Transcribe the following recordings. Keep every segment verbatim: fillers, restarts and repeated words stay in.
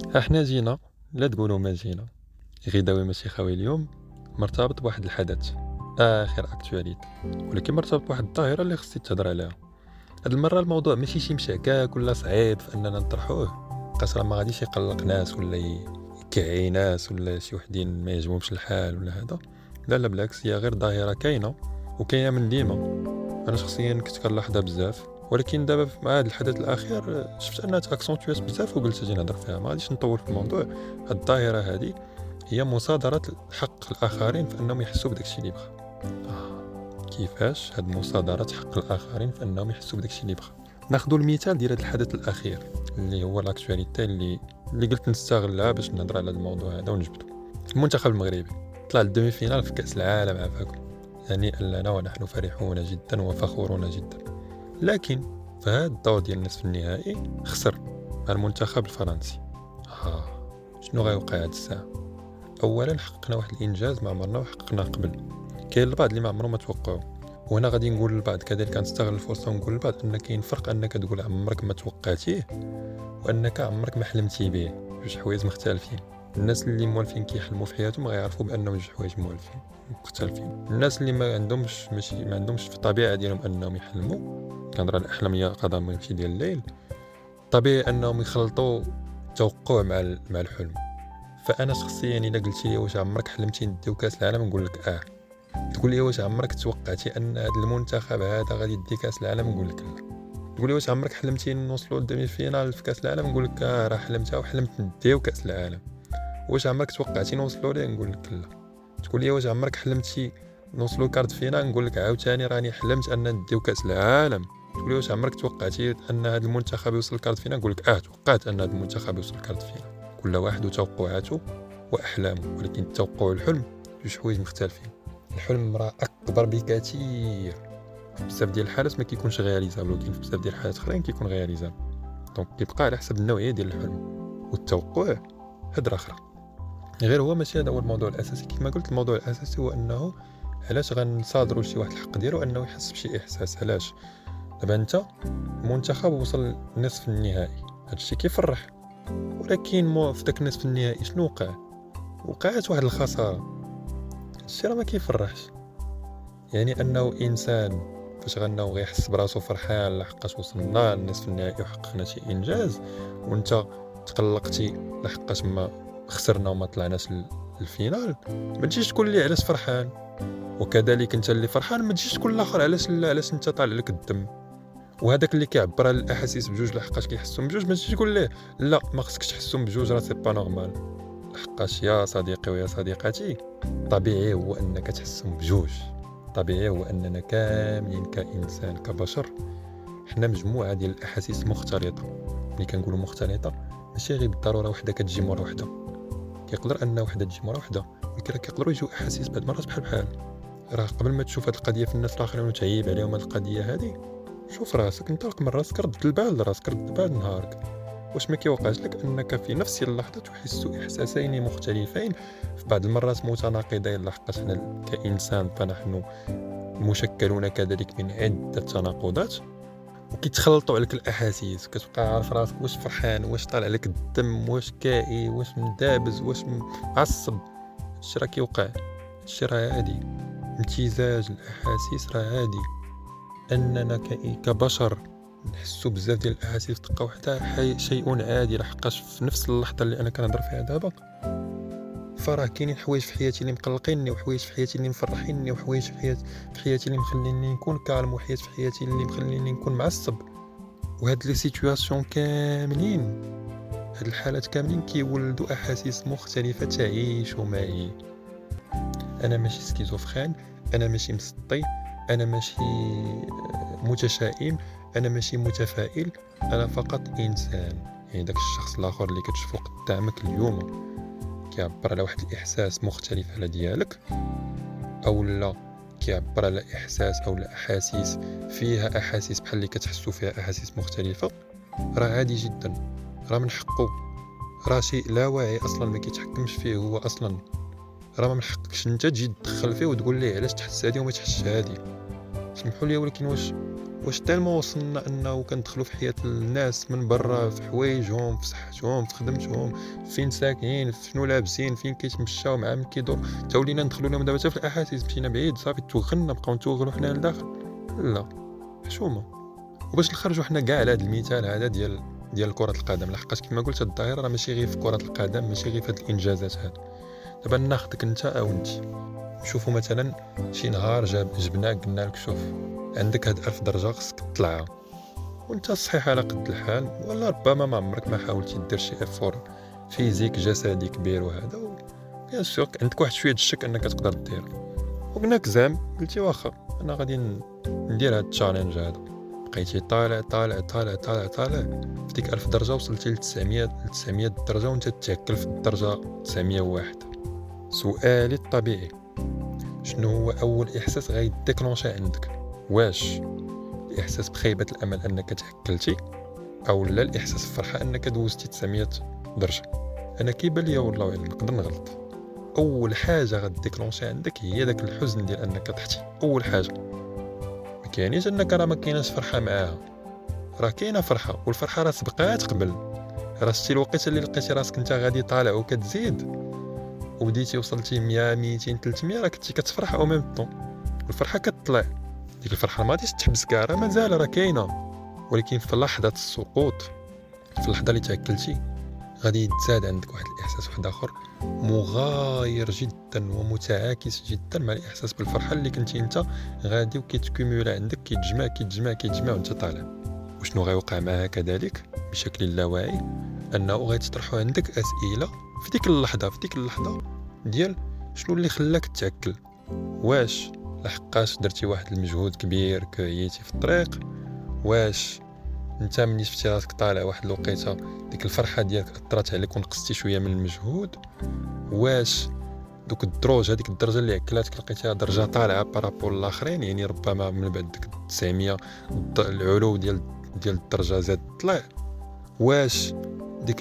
احنا جينا، لا تقولوا ما جينا. غداوي ماشي خاوي اليوم مرتبط بواحد الحدث اخر اكتواليتي، ولكن مرتبط بواحد الظاهره اللي خصني تهضر عليها. هاد المره الموضوع ماشي شي مشعكاك ولا صعيب في اننا نطرحوه، قاش راه ما غاديش يقلق ناس ولا يكعي ناس ولا شي وحدين ما يعجبهمش الحال ولا هذا. لا لا بالعكس، هي غير ظاهره كاينه وكاينه من ديما. انا شخصيا كنت كنلاحظها بزاف، ولكن دابا مع هذا الحدث الاخير شفت انها تاكسونتويات بزاف وقلت اجي نهضر فيها. ما غاديش نطول في الموضوع. هاد الظاهره هذه هي مصادره حق الاخرين في انهم يحسوا بداكشي اللي بغا. آه. كيفاش هاد مصادره حق الاخرين في انهم يحسوا بداكشي اللي بغا؟ ناخذوا المثال ديال هذا الحدث الاخير اللي هو الاكtualité اللي اللي قلت نستغلها باش نهضر على هذا الموضوع هذا ونجبدو. المنتخب المغربي طلع للدومي فينال في كاس العالم عافاكم، هنيئا لنا ونحن فرحون جدا وفخورون جدا. لكن في هذا الدور ديال النصف النهائي خسر مع المنتخب الفرنسي. ها شنو غيوقع هاد الساعه؟ اولا حققنا واحد الانجاز ما عمرنا وحققناه قبل. كاين البعض اللي ما عمرهم ما توقعوا، وهنا غادي نقول للبعض كذلك كنستغل الفرصه ونقول للبعض ان كاين فرق انك تقول عمرك ما توقعتيه وانك عمرك ما حلمتي به. جوج حوايج مختلفين. الناس اللي موالفين كيحلموا في حياتهم غيعرفوا بانهم جوج حوايج موالفين مختلفين. الناس اللي ما عندهمش ماشي ما عندهمش في الطبيعه ديالهم انهم يحلموا، كنهضر على الاحلام هي قضاء ماشي ديال الليل، طبيعي انهم يخلطوا التوقع مع مع الحلم. فانا شخصيا الا قلتي لي واش عمرك حلمتي نديو كاس العالم نقول لك اه. تقول لي واش عمرك توقعتي ان هذا المنتخب هذا غادي يدي كاس العالم نقول لك لا. تقول لي واش عمرك حلمتي نوصلوا للدومي فينال في كاس العالم نقول لك اه راه حلمتها وحلمت نديو كاس العالم. واش عمرك توقعتي نوصلوا ليه نقول لك لا. تقول لي واش عمرك حلمتي نوصلوا كارت فينال نقول لك عاوتاني راني حلمت ان نديو كاس العالم. تقول لي واش عمرك توقعتي ان هذا المنتخب يوصل كارت فينال نقول لك اه توقعت ان هذا المنتخب يوصل كارت فينال. كل واحد وتوقعاته واحلامه، ولكن التوقع والحلم جوج حوايج مختلفين. الحلم راه اكبر بكثير. بزاف ديال الحالات ما كيكونش غياليزابل، ولكن في بزاف ديال الحالات اخرين كيكون غياليزابل. دونك كيبقى على حسب النوعيه ديال الحلم. والتوقع هضره اخرى. غير هو ماشي هذا هو الموضوع الاساسي. كما قلت الموضوع الاساسي هو انه علاش غنصادروا لشي واحد الحق ديالو انه يحس بشي احساس. علاش دابا انت منتخب وصل نصف النهائي، هادشي كيفرح، ولكن مو في داك النصف النهائي شنو وقع؟ وقعت واحد الخساره. هادشي راه ما كيفرحش. يعني انه انسان فاش غناو غيحس براسو فرحان لحقاش وصلنا للنصف النهائي وحققنا شي انجاز، وانت تقلقتي لحقاش ما خسرنا وما طلعناش للفينال، ما تجيش تقول لي علاش فرحان. وكذلك انت اللي فرحان ما تجيش تقول الاخر علاش علاش انت طالع لك الدم. وهذاك اللي كيعبر على الاحاسيس بجوج لحقاش كيحسهم بجوج ما تجيش تقول ليه لا ما خصكش تحسهم بجوج راه سي با نورمال. لحقاش يا صديقي ويا صديقتي طبيعي هو انك تحسهم بجوج. طبيعي هو اننا كاملين كانسان كبشر حنا مجموعه ديال الاحاسيس مختلطه. ملي كنقولوا مختلطه ماشي غير بالضروره وحده كتجي مره وحده. كيقدر ان وحده تجي مره وحده، ولكن راه كيقدروا يجيو احاسيس بعض المرات بحال بحال. راه قبل ما تشوف هاد القضيه في الناس الاخرين وتعيب عليهم هاد القضيه هذه، شوف راسك، انطلق من راسك، رد البال لراسك، رد البال نهارك. واش ما كيوقعش لك انك في نفس اللحظه تحس احساسين مختلفين في بعض المرات متناقضين؟ لحقاش حنا كانسان فنحن مشكلون كذلك من عده تناقضات وكيتخلطوا عليك الاحاسيس، كتبقى عارف راسك واش فرحان واش طالع لك الدم واش كائي واش مدابز واش معصب. هادشي راه كيوقع، هادشي راه عادي. امتزاج الاحاسيس راه عادي. اننا كبشر نحسوا بزاف ديال الاحاسيس دقه واحده شيء عادي. لحقاش في نفس اللحظه اللي انا كنهضر فيها دابا فراه كاينين حوايج في حياتي اللي مقلقيني وحوايج في حياتي اللي مفرحيني وحوايج في حياتي في حياتي اللي مخليني نكون كالم وحوايج في حياتي اللي مخليني نكون معصب. وهاد لي سيتوياسيون كاملين، هاد الحالات كاملين كيولدوا احاسيس مختلفه تعيش معي. انا ماشي سكيزوفرين، انا ماشي مسطي، انا ماشي متشائم، انا ماشي متفائل، انا فقط انسان. يعني داك الشخص الاخر اللي كتشوفو قدامك اليوم كيعبر على واحد الاحساس مختلف على ديالك، او لا كيعبر على احساس او لا احاسيس فيها احاسيس بحال اللي كتحسوا فيها احاسيس مختلفه، راه عادي جدا، راه من حقه، راه شيء لا واعي اصلا ما كيتحكمش فيه هو اصلا. راه ما من حقكش انت تجي تدخل فيه وتقول ليه علاش تحس هادي وما تحسش هادي. سمحوا لي ولكن واش واش تالمون وصلنا انه كندخلوا في حياه الناس من برا، في حوايجهم، في صحتهم، في خدمتهم، فين ساكنين، شنو لابسين، فين كيتمشاو، مع من كيدور، تا ولينا ندخلوا لهم دابا حتى في الاحاسيس. مشينا بعيد صافي توغلنا، بقاو نتوغلوا حنا لداخل. لا حشومه. وباش نخرجوا حنا كاع على هذا المثال هذا ديال ديال كره القدم، لحقاش كما قلت الظاهره راه ماشي غير في كره القدم، ماشي غير في هاد الانجازات هاد. دابا ناخذك انت او انت، نشوفوا مثلا شي نهار جاب جبناك قلنا لك شوف عندك هاد ألف درجه خصك تطلعها، وانت صحيح على قد الحال، ولا ربما ما عمرك ما حاولتي دير شي افور فيزيك جسدي كبير وهذا، بيان سور عندك واحد شويه الشك انك تقدر دير، وقلناك زعم قلتي واخا انا غادي ندير هاد التشالنج هذا. بقيتي طالع طالع طالع طالع طالع في ديك ألف درجه، وصلتي ل تسعمية ل تسعمية درجه وانت تتهكل في الدرجه تسعمية وواحد. سؤالي الطبيعي، شنو هو اول احساس غيديكلونشي عندك؟ واش الاحساس بخيبه الامل انك تهكلتي، او لا الاحساس بفرحه انك دوزتي تسعمية درجه؟ انا كيبان ليا والله الا نقدر نغلط. اول حاجه غديكلونشي عندك هي داك الحزن ديال انك طحتي. اول حاجه ما كاينيش انك راه ما كايناش فرحه معاها، راه كاينه فرحه، والفرحه راه سبقات قبل. راه شتي الوقيته اللي لقيتي راسك انت غادي طالع وكتزيد وبديتي وصلتي مية ميتين ثلاثمية، راه كنتي كتفرح او ميم طون، والفرحه كتطلع. ديك الفرحه ما غاديش تحبس كاع، راه مازال راه كاينه، ولكن في لحظه السقوط، في اللحظه اللي تاكلتي، غادي يتزاد عندك واحد الاحساس واحد اخر مغاير جدا ومتعاكس جدا مع الاحساس بالفرحه اللي كنتي انت غادي وكيتكومولا عندك، كيتجمع كيتجمع كيتجمع وانت طالع. وشنو غيوقع معها كذلك بشكل لا واعي؟ انه غيتطرحوا عندك اسئله في ديك اللحظه في ديك اللحظه ديال شنو اللي خلاك تاكل. واش لحقاش درتي واحد المجهود كبير كعييتي في الطريق؟ واش انت ملي شفتي راسك طالع واحد الوقيته ديك الفرحه ديالك اثرت عليك ونقصتي شويه من المجهود؟ واش دوك الدروج هذيك الدرجه اللي عكلاتك لقيتيها درجه طالعه بارابول الاخرين، يعني ربما من بعد ديك تسعمية العلو ديال ديال الدرجه زاد طلع؟ واش ديك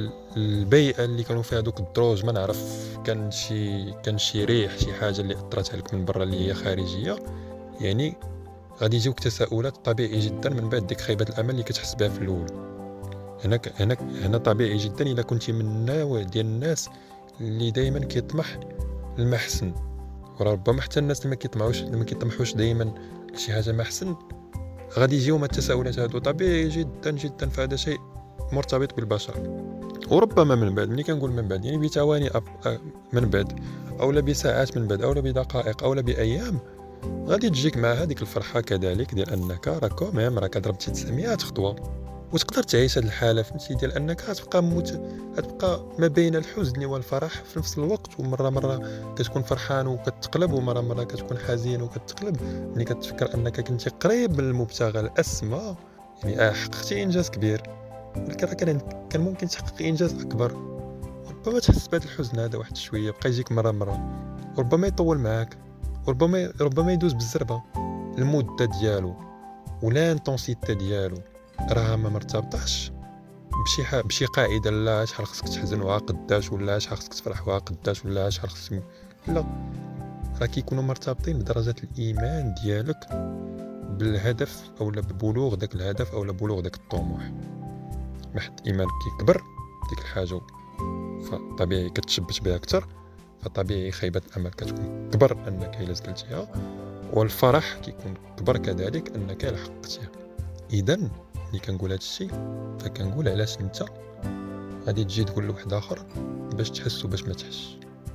البيئه اللي كانوا فيها دوك الدروج ما نعرف كان شي كان شي ريح شي حاجه اللي اثرت عليك من برا اللي هي خارجيه؟ يعني غادي يجيوك تساؤلات طبيعي جدا من بعد ديك خيبه الامل اللي كتحس بها في الاول. هناك هناك هنا طبيعي جدا الا كنتي من النوع ديال الناس اللي دائما كيطمح المحسن، وربما حتى الناس اللي ما كيطمعوش اللي ما كيطمحوش دائما لشي حاجه ما احسن، غادي يجيوهم التساؤلات هادو طبيعي جدا جدا. فهذا شيء مرتبط بالبشر. وربما من بعد، ملي كنقول من بعد يعني بثواني من بعد، اولا بساعات من بعد، اولا بدقائق، اولا بايام، غادي تجيك مع هذيك الفرحه كذلك ديال انك راه كوميم راك ضربتي تسعمية خطوه، وتقدر تعيش هذه الحاله فهمتي ديال انك غتبقى موت غتبقى ما بين الحزن والفرح في نفس الوقت. ومره مره كتكون فرحان وكتقلب، ومره مره كتكون حزين وكتقلب، ملي كتفكر انك كنتي قريب من المبتغى الاسمى، يعني اه حققتي انجاز كبير، ولكن راه كان كان ممكن تحقق انجاز اكبر. ربما تحس بهذا الحزن هذا واحد شويه بقى يجيك مره مره، وربما يطول معاك، وربما ربما يدوز بالزربه. المده ديالو ولا انتونسيتي ديالو راه ما مرتبطاش بشي ح... بشي قاعده لا شحال خصك تحزن وها قداش، ولا شحال خصك تفرح وها قداش، ولا شحال خصك، لا، راه كيكونوا مرتبطين بدرجه الايمان ديالك بالهدف اولا ببلوغ داك الهدف اولا ببلوغ داك الطموح. ما حد ايمانك كيكبر ديك الحاجه فطبيعي كتشبت بها اكثر، فطبيعي خيبه الامل كتكون كبر انك الا زكلتيها، والفرح كيكون كبر كذلك انك الا حققتيها. اذا ملي كنقول هذا الشيء فكنقول علاش انت غادي تجي تقول لواحد اخر باش تحس وباش ما تحسش.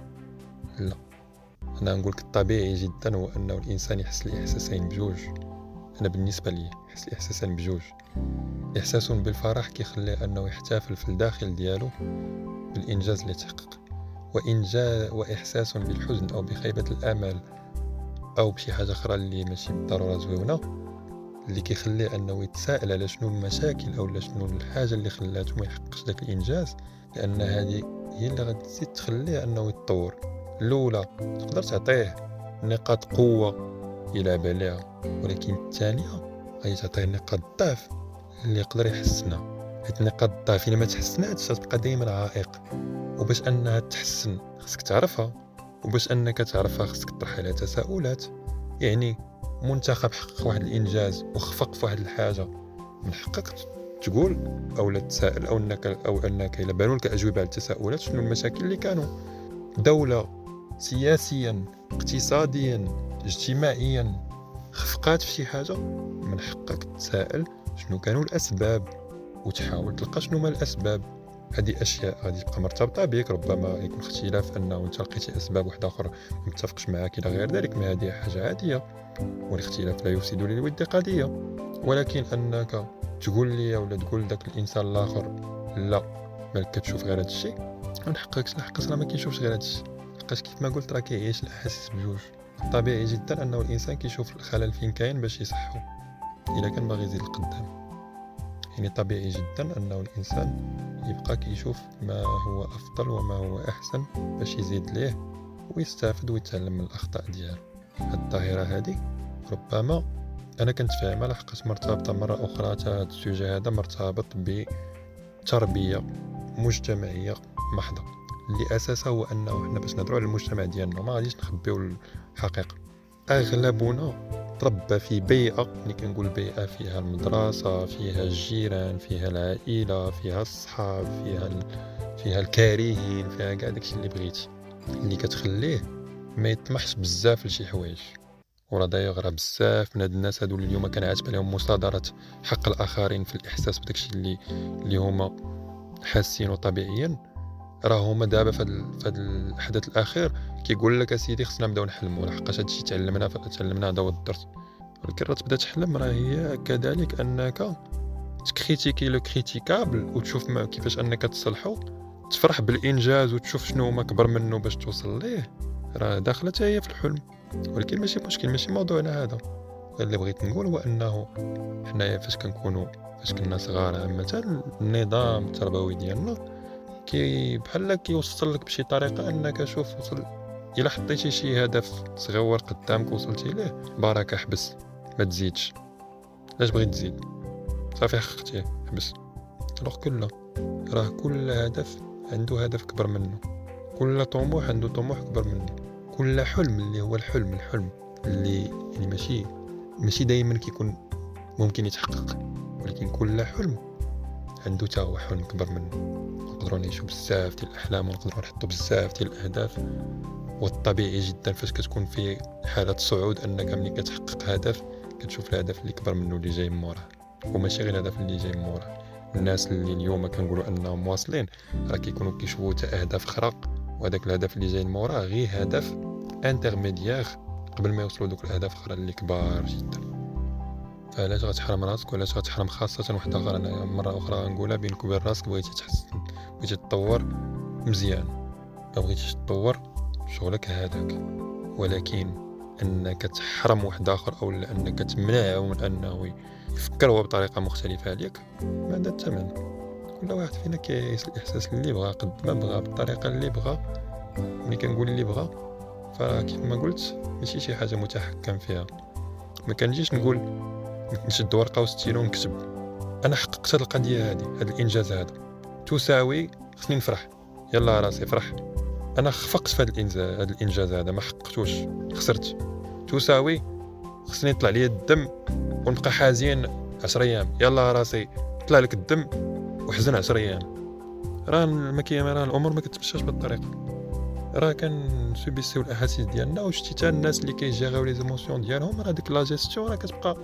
لا، انا نقول لك الطبيعي جدا هو انه الانسان يحس الاحساسين بجوج. انا بالنسبه لي يحس الاحساسين بجوج، احساس بالفرح كيخليه انه يحتفل في الداخل ديالو بالانجاز اللي تحقق، وانجاز واحساس بالحزن او بخيبه الامل او بشي حاجه اخرى اللي ماشي بالضروره زوينه، اللي كيخليه انه يتساءل على شنو المشاكل او شنو الحاجه اللي خلاته ما يحققش داك الانجاز، لان هذه هي اللي غادي تزيد تخليه انه يتطور. الاولى تقدر تعطيه نقاط قوه يلعب عليها، ولكن الثانيه غادي تعطيه نقاط ضعف اللي يقدر يحسنها، حيت نقاط الضعف الا ما تحسناتش تبقى دائما عائق. وباش انها تحسن خصك تعرفها، وباش انك تعرفها خصك تطرح عليها تساؤلات. يعني منتخب حقق واحد الانجاز وخفق في واحد الحاجه، من حقك تقول او لا تسائل او انك او انك الا بانوا لك اجوبه على التساؤلات شنو المشاكل اللي كانوا. دوله سياسيا اقتصاديا اجتماعيا خفقات في شي حاجه، من حقك تسائل شنو كانوا الاسباب وتحاول تلقى شنو ما الاسباب. هذه اشياء غادي تبقى مرتبطه بك، ربما يكون اختلاف انه انت لقيتي اسباب واحده اخرى ما متفقش معاك الى غير ذلك، ما هذه حاجه عاديه، والاختلاف لا يفسد للود قضيه. ولكن انك تقول لي ولا تقول ذاك الانسان الاخر لا مالك كتشوف غير هذا الشيء، ما حقكش لحقاش راه ما كيشوفش غير هذا الشيء، لحقاش كيف ما قلت راه كيعيش الاحاسيس بجوج. طبيعي جدا انه الانسان كيشوف الخلل فين كاين باش يصحو الا كان باغي يزيد القدام. يعني طبيعي جدا انه الانسان يبقى كيشوف ما هو افضل وما هو احسن باش يزيد ليه ويستافد ويتعلم من الاخطاء ديالو. هاد الظاهره هذه ربما انا كنت فاهمها لحقاش مرتبطه مره اخرى، حتى هذا السوجي هذا مرتبط بتربيه مجتمعيه محضه، اللي اساسها هو انه حنا باش نهضروا على المجتمع ديالنا ما غاديش نخبيو الحقيقه. اغلبنا تربى في بيئه، ملي كنقول بيئه فيها المدرسه، فيها الجيران، فيها العائله، فيها الصحاب، فيها ال... فيها الكارهين، فيها كاع داكشي اللي بغيتي، اللي كتخليه ما يطمحش بزاف لشي حوايج. وراه دايوغ راه بزاف من هاد الناس هادو اللي اليوم كنعاتب عليهم مصادره حق الاخرين في الاحساس بداكشي اللي اللي هما حاسين طبيعيا، راه هما دابا في هذا الحدث الاخير كيقول لك اسيدي خصنا نبداو نحلموا، لحقاش هادشي تعلمنا تعلمنا هذا هو الدرس. ولكن راه تبدا تحلم راه هي كذلك انك تكريتيكي لو كريتيكابل وتشوف ما كيفاش انك تصلحو، تفرح بالانجاز وتشوف شنو هما كبر منه باش توصل ليه، راه داخله حتى هي في الحلم. ولكن ماشي مشكل، ماشي موضوعنا هذا. اللي بغيت نقول هو انه حنايا فاش كنكونوا فاش كنا صغار عامه النظام التربوي ديالنا كي بحال كيوصل لك بشي طريقه انك شوف وصل الا حطيتي شي هدف صغير قدامك وصلتي ليه بركه حبس ما تزيدش، علاش بغيت تزيد صافي حققتيه حبس. الوغ كله راه كل هدف عنده هدف كبر منه، كل طموح عنده طموح كبر منه، كل حلم اللي هو الحلم الحلم اللي يعني ماشي ماشي دائما كيكون ممكن يتحقق، ولكن كل حلم عنده تا هو حلم كبر منه. نقدروا نعيشوا بزاف ديال الاحلام ونقدروا نحطوا بزاف ديال الاهداف، والطبيعي جدا فاش كتكون في حاله صعود انك ملي كتحقق هدف كتشوف الهدف اللي كبر منه اللي جاي من موراه، وماشي غير الهدف اللي جاي من موراه. الناس اللي اليوم كنقولوا انهم واصلين راه كيكونوا كيشوفوا حتى اهداف اخرى، وهذاك الهدف اللي جاي من موراه غير هدف انترميديير قبل ما يوصلوا دوك الاهداف الاخرى اللي كبار جدا. فعلاش غتحرم راسك وعلاش غتحرم خاصه واحده اخرى؟ انا مره اخرى نقولها بينك وبين راسك، بغيتي تحسن بغيتي تطور مزيان، ما بغيتيش تطور شغلك هذاك. ولكن انك تحرم واحد اخر او انك تمنعه من انه يفكر هو بطريقه مختلفه عليك ما عندها الثمن. كل واحد فينا كيعيش الاحساس اللي بغا قد ما بغا بالطريقه اللي بغا. ملي كنقول اللي بغا فكيف ما قلت ماشي شي حاجه متحكم فيها. ما كنجيش نقول نشد ورقه وستيلو ونكتب انا حققت هذه القضيه هذه هذا الانجاز هذا تساوي خصني نفرح، يلا راسي فرح انا خفقت في هذا الانجاز هذا ما حققتوش خسرت، تساوي خصني يطلع لي الدم ونبقى حزين عشرة ايام، يلا راسي طلع لك الدم وحزن عشرة ايام. راه ما كاين، راه الامور ما كتمشاش بالطريقه، راه كنسوبيسيو الاحاسيس ديالنا وشتي حتى الناس اللي كيجيريو لي زيموسيون ديالهم راه ديك لا جيستيون راه كتبقى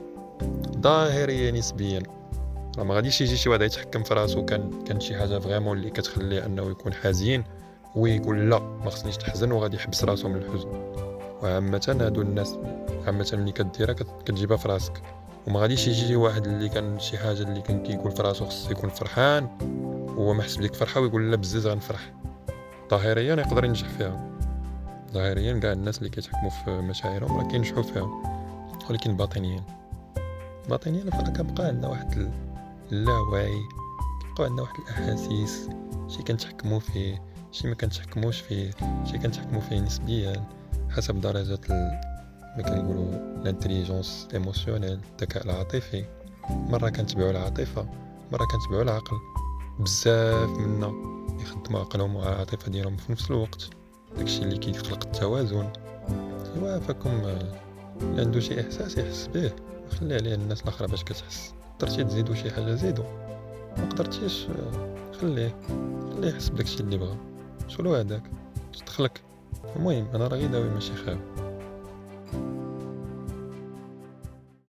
ظاهريه نسبيا. راه ما غاديش يجي شي واحد يتحكم في راسو كان كان شي حاجه فريمون اللي كتخليه انه يكون حزين ويقول لا ما خصنيش تحزن وغادي يحبس راسو من الحزن. وعامه هادو الناس عامه ملي كديرها كتجيبها في راسك، وما غاديش يجي شي واحد اللي كان شي حاجه اللي كان كيقول في راسو خص يكون فرحان وهو ما حس بديك فرحه ويقول لا بزز غنفرح. ظاهريا يقدر ينجح فيها، ظاهريا كاع الناس اللي كيتحكموا في مشاعرهم راه كينجحوا فيها، ولكن باطنيا باطنيا فراه كنبقى عندنا واحد اللاوعي، كيبقى عندنا واحد الاحاسيس، شي كنتحكموا فيه شي ما كنتحكموش فيه، شي كنتحكموا فيه نسبيا حسب درجه ال... ما كنقولوا الانتيليجونس ايموسيونيل، الذكاء العاطفي. مره كنتبعوا العاطفه مره كنتبعوا العقل. بزاف منا يخدموا عقلهم والعاطفه ديالهم في نفس الوقت، داكشي اللي كيخلق التوازن. ايوا فاكم اللي عنده شي احساس يحس به خلي عليه الناس الاخرى باش كتحس. قدرتي تزيدو شي حاجه زيدو، ما قدرتيش آه، خليه خليه يحس بداكشي اللي بغا. شنو هذاك تدخلك. المهم انا راه غير داوي ماشي خاوي.